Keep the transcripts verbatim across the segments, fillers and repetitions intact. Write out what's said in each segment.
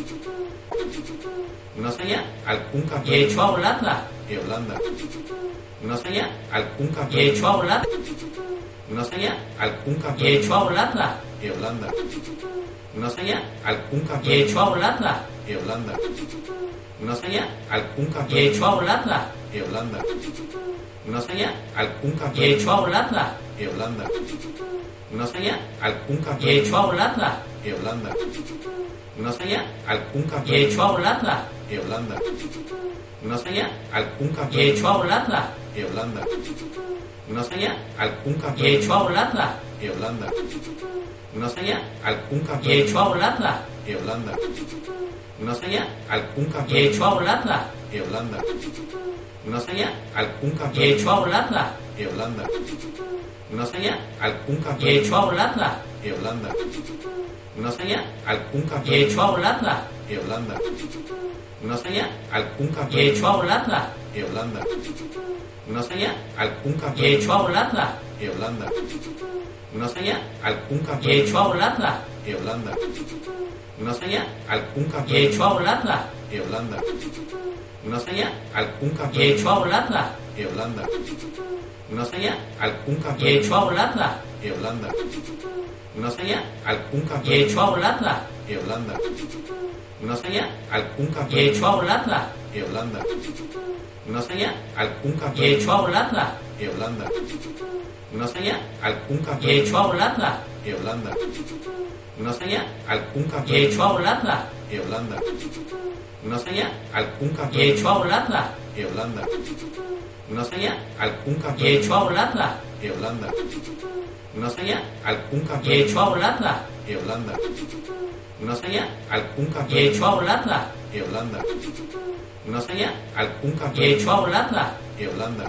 No sé algún campeón De hecho a Holanda. de Holanda. No sé algún De campeón hecho a Holanda. no sé algún De campeón hecho a Holanda. de Holanda. No sé algún De campeón hecho a Holanda. de Holanda. No sé algún De campeón hecho a Holanda. de Holanda. No sé algún De campeón hecho a Holanda. de Holanda. No sé algún De campeón hecho a Holanda. de Holanda. No sé algún De campeón hecho a Holanda. de Holanda. No sé algún De campeón hecho a Holanda. de Holanda. No sé algún De campeón hecho a Holanda. de Holanda. No sé algún De campeón hecho a Holanda. de Holanda. No sé algún De campeón hecho a Holanda. de Holanda. No sé algún De campeón hecho a Holanda. de Holanda. No sé algún De campeón hecho a Holanda. de Holanda. No sé algún De campeón hecho a Holanda. de Holanda. No sé algún De campeón hecho a Holanda. de Holanda. No sé algún De campeón hecho a Holanda. de Holanda. No sé algún De campeón hecho a Holanda. de Holanda. No sé algún De campeón hecho a Holanda. de Holanda. No sé algún De campeón hecho a Holanda. de Holanda. No sé algún De campeón hecho a Holanda. de Holanda. No sé algún De campeón hecho a Holanda. de Holanda. No sé algún De campeón hecho a Holanda. de Holanda. No sé algún De campeón hecho a Holanda. de Holanda. No sé algún De campeón hecho a Holanda. de Holanda. No sé algún De campeón hecho a Holanda. de Holanda. No sé algún De campeón hecho a Holanda. de Holanda. No sé algún De campeón hecho a Holanda. de Holanda. No sé algún De campeón hecho a Holanda. de Holanda. No sé algún De campeón hecho a Holanda. de Holanda. No sé algún De campeón hecho a Holanda. de Holanda.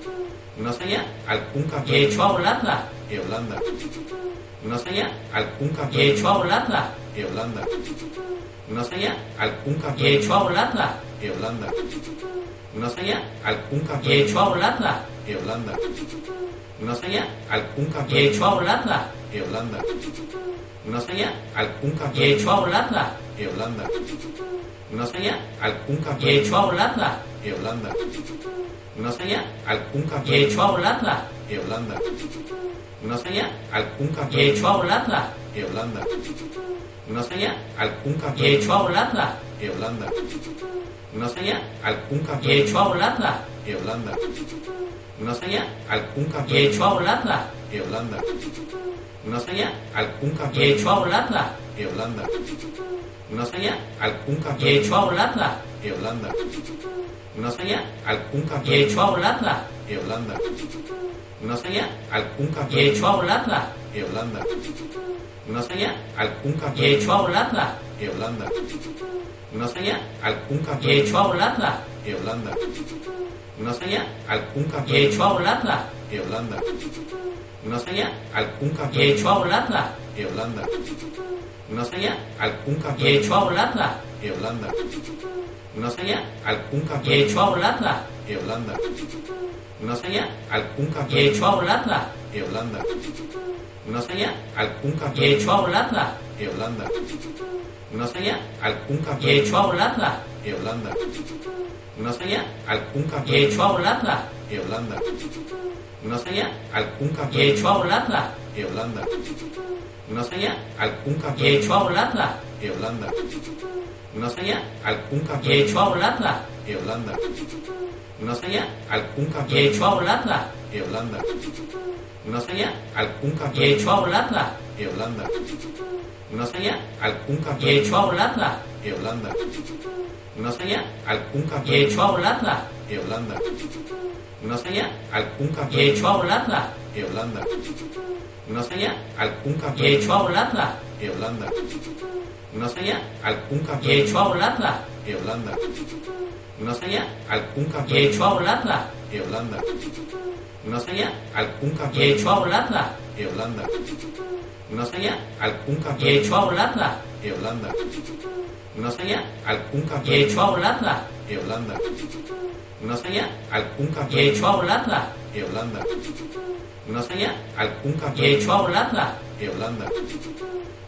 No sé algún De campeón hecho a Holanda. de Holanda. No sé algún De campeón hecho a Holanda. de Holanda. No sé algún De campeón hecho a Holanda. de Holanda. No sé algún De campeón hecho a Holanda. de Holanda. No sé algún De campeón hecho a Holanda. de Holanda. No sé algún De campeón hecho a Holanda. de Holanda. No sé algún De campeón hecho a Holanda. de Holanda. No sé algún De campeón hecho a Holanda. de Holanda. No sé algún De campeón hecho a Holanda. de Holanda. No sé algún De campeón hecho a Holanda. de Holanda. No sé algún De campeón hecho a Holanda. de Holanda. No sé algún De campeón hecho a Holanda. de Holanda. No sé algún De campeón hecho a Holanda. de Holanda. No sé algún De campeón hecho a Holanda. de Holanda. No sé algún De campeón hecho a Holanda. de Holanda. No sé algún De campeón hecho a Holanda. de Holanda. No sé algún De campeón hecho a Holanda. de Holanda. No sé algún De campeón hecho a Holanda. de Holanda. No sé algún De campeón hecho a Holanda. de Holanda. No sé algún De campeón hecho a Holanda. de Holanda. No sé algún De campeón hecho a Holanda. de Holanda. No sé algún De campeón hecho a Holanda. de Holanda. No sé algún De campeón hecho a Holanda. de Holanda. No sé algún De campeón hecho a Holanda. de Holanda. No sé algún De campeón hecho a Holanda. de Holanda. No sé algún De campeón hecho a Holanda. de Holanda. No sé algún De campeón hecho a Holanda. de Holanda. No sé algún De campeón hecho a Holanda. de Holanda. No sé algún De campeón hecho a Holanda. de Holanda. No sé algún De campeón hecho a Holanda. de Holanda. No sé algún De campeón hecho a Holanda. de Holanda. No sé algún De campeón hecho a Holanda. de Holanda. No sé algún De campeón hecho a Holanda. de Holanda. No sé algún De campeón hecho a Holanda. de Holanda. No sé algún De campeón hecho a Holanda. de Holanda. No sé algún De campeón hecho a Holanda. de Holanda. No sé algún De campeón hecho a Holanda. de Holanda. No sé algún De campeón hecho a Holanda. de Holanda. No sé algún De campeón hecho a Holanda. de Holanda. No sé algún De campeón hecho a Holanda. de Holanda. No sé algún De campeón hecho a Holanda. de Holanda. No sé algún De campeón hecho a Holanda. de Holanda.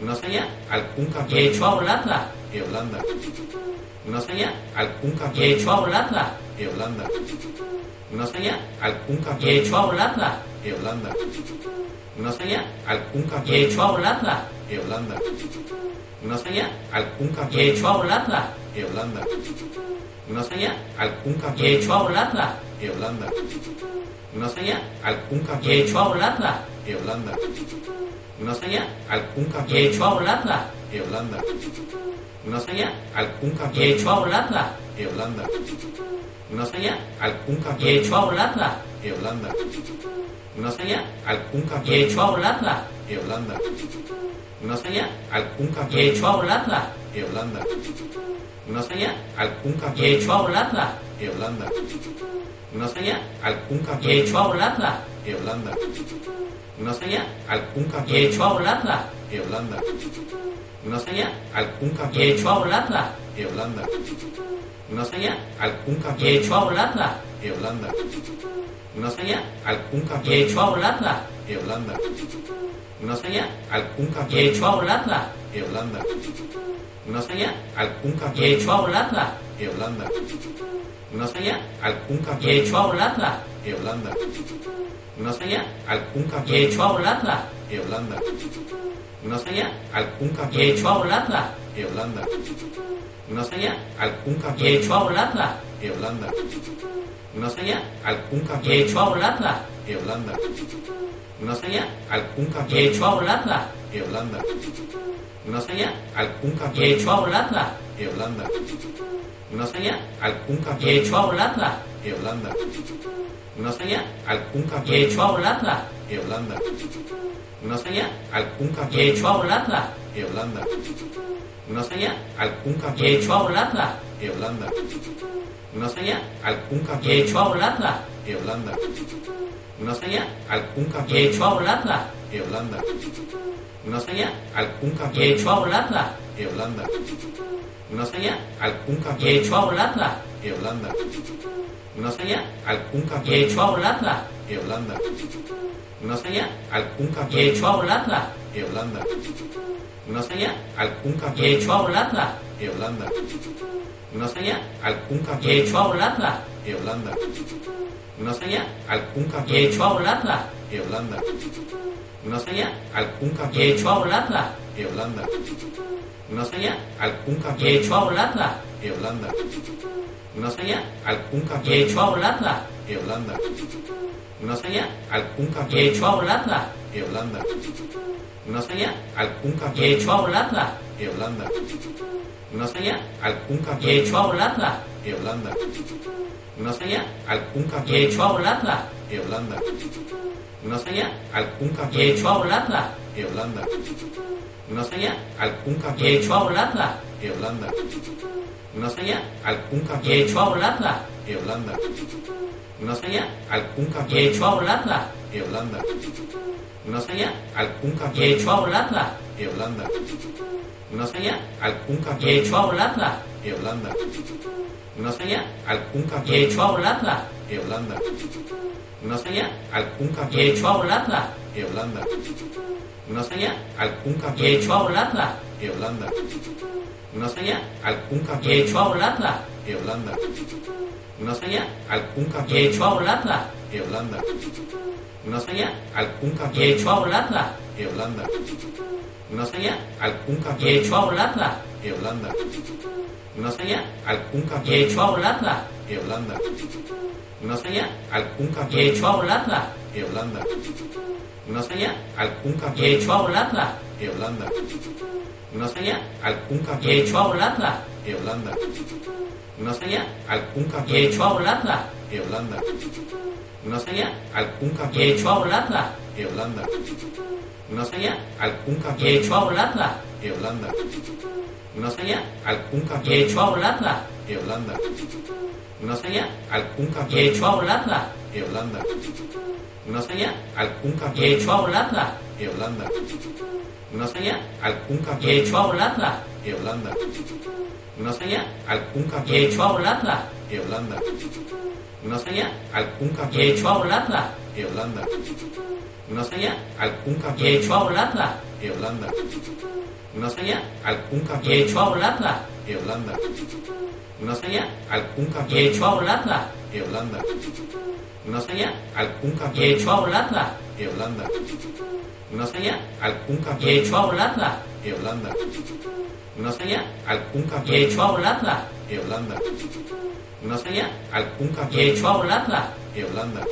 Una saya algún yaitu campeón Holanda, de Holanda. Una saya algún campeón yaitu Holanda, de Holanda. Una saya algún campeón yaitu Holanda, de Holanda. Una saya algún campeón yaitu Holanda, de Holanda. Una saya algún campeón yaitu Holanda, de Holanda. Una saya algún campeón yaitu Holanda, de Holanda. Una saya algún campeón yaitu Holanda, de Holanda. Una saya algún campeón yaitu Holanda, de Holanda. Una saya algún campeón yaitu Holanda, de Holanda. Una saya algún campeón yaitu Holanda, de Holanda. Una saya algún campeón yaitu Holanda, de Holanda. Una saya algún campeón yaitu Holanda, de Holanda. Una saya algún campeón yaitu Holanda, de Holanda. Una saya algún campeón yaitu Holanda, de Holanda. Una saya algún campeón yaitu Holanda, de Holanda. Una saya algún campeón yaitu Holanda, de Holanda. Una saya algún campeón yaitu Holanda, de Holanda. Una saya algún campeón yaitu Holanda, de Holanda. Una saya algún campeón yaitu Holanda, de Holanda. Una saya algún campeón yaitu Holanda, de Holanda. Una saya algún campeón yaitu Holanda, de Holanda. Una saya algún campeón yaitu Holanda, de Holanda. Una saya algún campeón yaitu Holanda, de Holanda. Una saya algún campeón yaitu Holanda, de Holanda. Una saya algún campeón yaitu Holanda, de Holanda. Una saya algún campeón yaitu Holanda, de Holanda. Una saya algún campeón yaitu Holanda, de Holanda. Una saya algún campeón yaitu Holanda, de Holanda. Una saya algún campeón yaitu Holanda, de Holanda. Una saya algún campeón yaitu Holanda, de Holanda. Una saya algún campeón yaitu Holanda, de Holanda. Una saya algún campeón yaitu Holanda, de Holanda. Una saya algún campeón yaitu Holanda, de Holanda. Una saya algún campeón yaitu Holanda, de Holanda. Una saya algún campeón yaitu Holanda, de Holanda. Una saya algún campeón yaitu Holanda, de Holanda. Una saya algún campeón yaitu Holanda, de Holanda. Una saya algún campeón yaitu Holanda, de Holanda. Una saya algún campeón yaitu Holanda, de Holanda. Una saya algún campeón yaitu Holanda, de Holanda. Una saya algún campeón yaitu Holanda, de Holanda. Una saya algún campeón yaitu Holanda, de Holanda. Una saya algún campeón yaitu Holanda, de Holanda. Una saya algún campeón yaitu Holanda, de Holanda. Una saya algún campeón yaitu Holanda, de Holanda. Una saya algún campeón yaitu Holanda, de Holanda. Una saya algún campeón yaitu Holanda, de Holanda. Una saya algún campeón yaitu Holanda, de Holanda. Una saya algún campeón yaitu Holanda, de Holanda. Una saya algún campeón yaitu Holanda, de Holanda. Una saya algún campeón yaitu Holanda, de Holanda. Una saya algún campeón yaitu Holanda, de Holanda. Una saya algún campeón yaitu Holanda, de Holanda. Una saya algún campeón yaitu Holanda, de Holanda. Una saya algún campeón yaitu Holanda, de Holanda. Una saya algún campeón yaitu Holanda, de Holanda. Una saya algún campeón yaitu Holanda, de Holanda. Una saya algún campeón yaitu Holanda, de Holanda. Una saya algún campeón yaitu Holanda, de Holanda. Una saya algún campeón yaitu Holanda, de Holanda. Una saya algún campeón yaitu Holanda, de Holanda. Una saya algún campeón yaitu Holanda, de Holanda. Una saya algún campeón yaitu Holanda, de Holanda. Una saya algún campeón yaitu Holanda, de Holanda. Una saya algún campeón yaitu Holanda, de Holanda. Una saya algún campeón yaitu Holanda, de Holanda. Una saya algún campeón yaitu Holanda, de Holanda. Una saya algún campeón yaitu Holanda, de Holanda. Una saya algún campeón yaitu Holanda, de Holanda. Una saya algún campeón yaitu Holanda, de Holanda. Una saya algún campeón yaitu Holanda, de Holanda. Una saya algún campeón yaitu Holanda, de Holanda. Una saya algún campeón yaitu Holanda, de Holanda. Una saya algún campeón yaitu Holanda, de Holanda. Una Australia, algún campeón Jecho Holanda, Irlanda. Una Australia, algún campeón Jecho Holanda, Irlanda. Una Australia, algún campeón Jecho Holanda, Irlanda. Una Australia, algún campeón Jecho Holanda, Irlanda. Una Australia, algún campeón Jecho Holanda, Irlanda. Una Australia, algún campeón Jecho Holanda, Irlanda.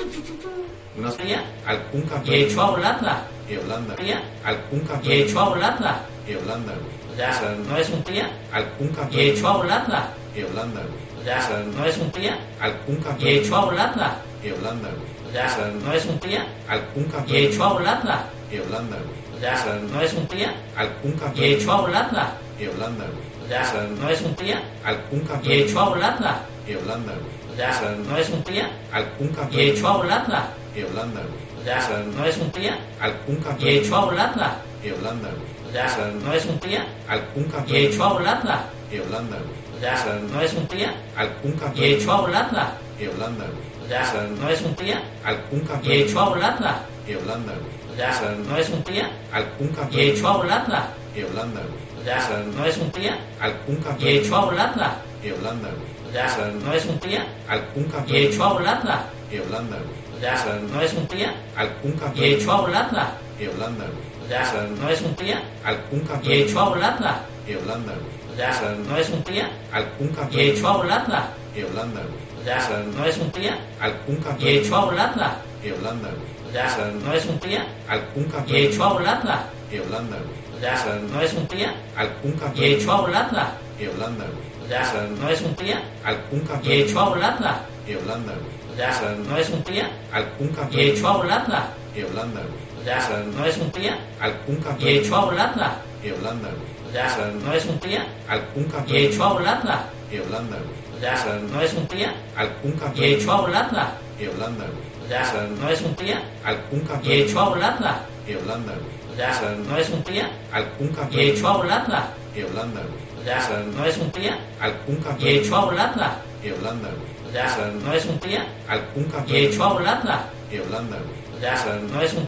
Una Australia, algún campeón Jecho Holanda, Irlanda. Australia, Algún campeón Jecho Holanda. Irlanda. O sea, no es un día, Algún campeón Jecho Holanda. Irlanda. O sea, no es un día, Algún campeón Jecho Holanda. Irlanda. O sea, no es un día, Algún campeón Jecho Holanda. Irlanda. O sea, no es un día, Algún campeón Jecho Holanda. Irlanda. O sea, no es un día, Algún campeón Jecho Holanda. Irlanda. O sea, no es un día, Algún campeón Jecho Holanda. Irlanda. O sea, no es un día, Algún campeón Jecho Holanda. Irlanda. O sea, no es un día, Algún campeón Jecho Holanda. Irlanda. O sea, no es un día, Algún campeón Jecho Holanda. Irlanda. O sea, no es un día, Algún campeón Jecho Holanda. Irlanda. O sea, no es un día, Algún campeón Jecho Holanda. Irlanda. O sea, no es un día, Algún campeón Jecho Holanda. Irlanda. O sea, no es un día, Algún campeón Jecho Holanda. Irlanda. O sea, no es un día, Algún campeón Jecho Holanda. Irlanda. O sea, no es un día, Algún campeón Jecho Holanda. Irlanda. O sea, no es un día, Algún campeón Jecho Holanda. Irlanda. O sea, no es un día, Algún campeón Jecho Holanda. Irlanda. O sea, no es un día, Algún campeón Jecho Holanda. Irlanda. O sea, no es un día, Algún campeón Jecho Holanda. Irlanda. O sea, no es un día, Algún campeón Jecho Holanda. Irlanda. O sea, no es un día, Algún campeón Jecho Holanda. Irlanda. O sea, no es un día, Algún campeón Jecho Holanda. Irlanda. O sea, no es un día, Algún campeón Jecho Holanda. Irlanda. O sea, no es un día, Algún campeón Jecho Holanda. Irlanda. O sea, no es un día, Algún campeón Jecho Holanda. Irlanda. O sea, no es un día, Algún campeón Jecho Holanda. Irlanda. O sea, no es un día, Algún campeón Jecho Holanda. Irlanda. O sea, no es un día, Algún campeón Jecho Holanda. Irlanda. O sea, no es un